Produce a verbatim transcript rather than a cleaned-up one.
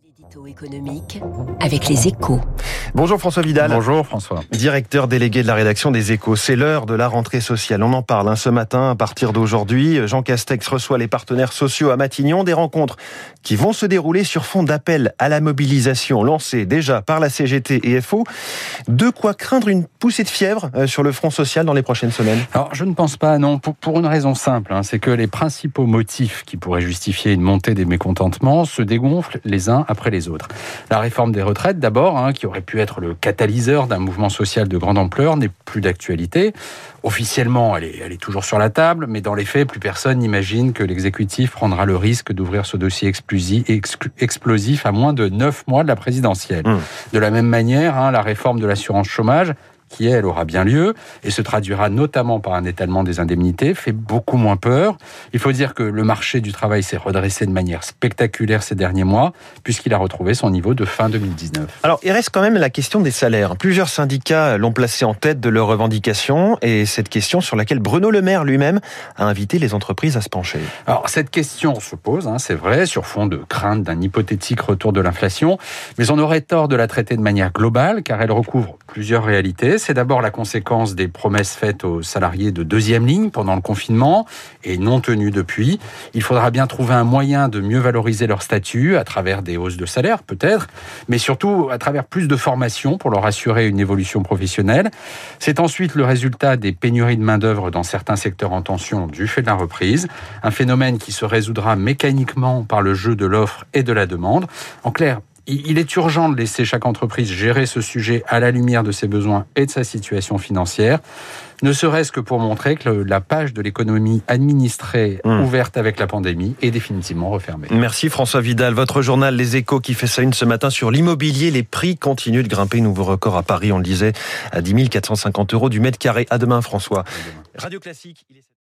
Édito économique avec les Échos. Bonjour François Vidal. Bonjour François. Directeur délégué de la rédaction des Échos. C'est l'heure de la rentrée sociale. On en parle hein, ce matin. À partir d'aujourd'hui, Jean Castex reçoit les partenaires sociaux à Matignon. Des rencontres qui vont se dérouler sur fond d'appel à la mobilisation lancé déjà par la C G T et F O. De quoi craindre une poussée de fièvre sur le front social dans les prochaines semaines? Alors je ne pense pas, non, pour, pour une raison simple. Hein, c'est que les principaux motifs qui pourraient justifier une montée des mécontentements se dégonflent les uns après les autres. La réforme des retraites, d'abord, hein, qui aurait pu être le catalyseur d'un mouvement social de grande ampleur, n'est plus d'actualité. Officiellement, elle est, elle est toujours sur la table, mais dans les faits, plus personne n'imagine que l'exécutif prendra le risque d'ouvrir ce dossier explosif, explosif à moins de neuf mois de la présidentielle. Mmh. De la même manière, hein, la réforme de l'assurance chômage, qui, elle, aura bien lieu et se traduira notamment par un étalement des indemnités, fait beaucoup moins peur. Il faut dire que le marché du travail s'est redressé de manière spectaculaire ces derniers mois, puisqu'il a retrouvé son niveau de fin deux mille dix-neuf. Alors, il reste quand même la question des salaires. Plusieurs syndicats l'ont placé en tête de leurs revendications, et cette question sur laquelle Bruno Le Maire lui-même a invité les entreprises à se pencher. Alors, cette question se pose, hein, c'est vrai, sur fond de crainte d'un hypothétique retour de l'inflation, mais on aurait tort de la traiter de manière globale, car elle recouvre plusieurs réalités. C'est d'abord la conséquence des promesses faites aux salariés de deuxième ligne pendant le confinement et non tenues depuis. Il faudra bien trouver un moyen de mieux valoriser leur statut à travers des hausses de salaire peut-être, mais surtout à travers plus de formation pour leur assurer une évolution professionnelle. C'est ensuite le résultat des pénuries de main-d'œuvre dans certains secteurs en tension du fait de la reprise, un phénomène qui se résoudra mécaniquement par le jeu de l'offre et de la demande. En clair, il est urgent de laisser chaque entreprise gérer ce sujet à la lumière de ses besoins et de sa situation financière, ne serait-ce que pour montrer que la page de l'économie administrée mmh. ouverte avec la pandémie est définitivement refermée. Merci François Vidal. Votre journal Les Échos qui fait sa une ce matin sur l'immobilier. Les prix continuent de grimper. Nouveau record à Paris, on le disait, à dix mille quatre cent cinquante euros du mètre carré. À demain François. À demain. Radio Classique. Il est